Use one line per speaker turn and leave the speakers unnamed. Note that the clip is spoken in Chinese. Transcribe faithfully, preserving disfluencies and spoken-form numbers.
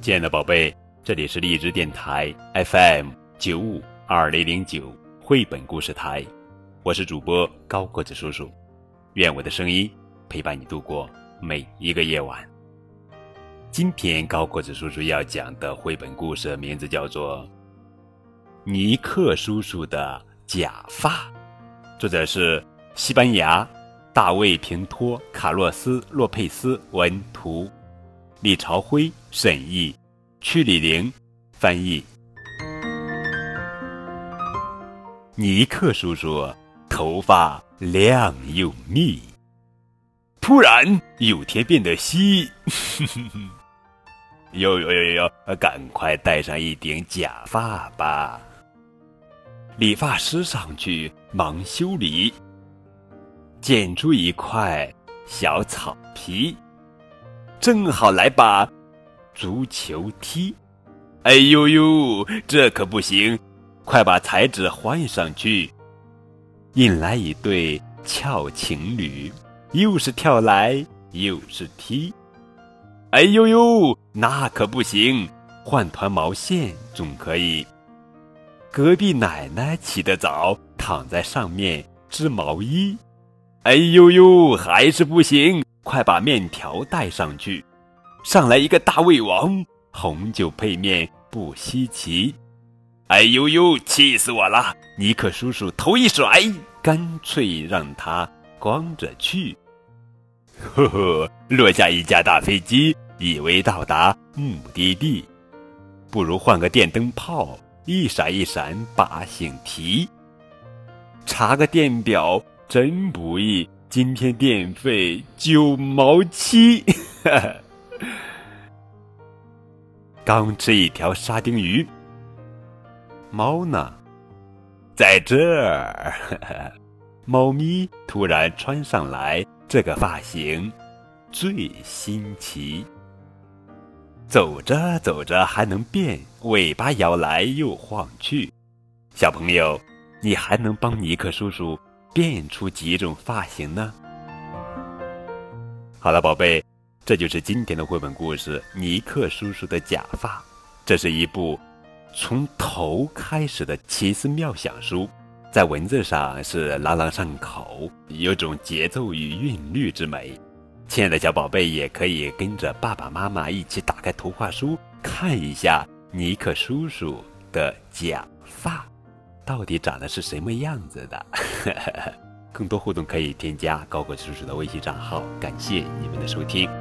亲爱的宝贝，这里是荔枝电台 F M 九五二零零九绘本故事台，我是主播高个子叔叔，愿我的声音陪伴你度过每一个夜晚。今天高个子叔叔要讲的绘本故事名字叫做尼克叔叔的假发，作者是西班牙大卫平托卡洛斯洛佩斯文图，李朝辉审译，曲李玲翻译。尼克叔叔头发亮又密，突然有天变得稀，哟哟哟哟，赶快戴上一顶假发吧。理发师上去忙修理，剪出一块小草皮，正好来把足球踢。哎呦呦，这可不行，快把材质换上去。引来一对俏情侣，又是跳来又是踢。哎呦呦，那可不行，换团毛线总可以。隔壁奶奶起得早，躺在上面织毛衣。哎呦呦，还是不行，快把面条带上去。上来一个大胃王，红酒配面不稀奇。哎呦呦，气死我了！尼克叔叔头一甩，干脆让他光着去。呵呵，落下一架大飞机，以为到达目的地，不如换个电灯泡，一闪一闪把醒提。查个电表真不易，今天电费九毛七。刚吃一条沙丁鱼，猫呢？在这儿。猫咪突然穿上来，这个发型最新奇。走着走着还能变，尾巴摇来又晃去。小朋友，你还能帮尼克叔叔变出几种发型呢？好了，宝贝，这就是今天的绘本故事《尼克叔叔的假发》。这是一部从头开始的奇思妙想书，在文字上是朗朗上口，有种节奏与韵律之美。亲爱的小宝贝也可以跟着爸爸妈妈一起打开图画书，看一下尼克叔叔的假发到底长得是什么样子的。更多互动可以添加高个子叔叔的微信账号。感谢你们的收听。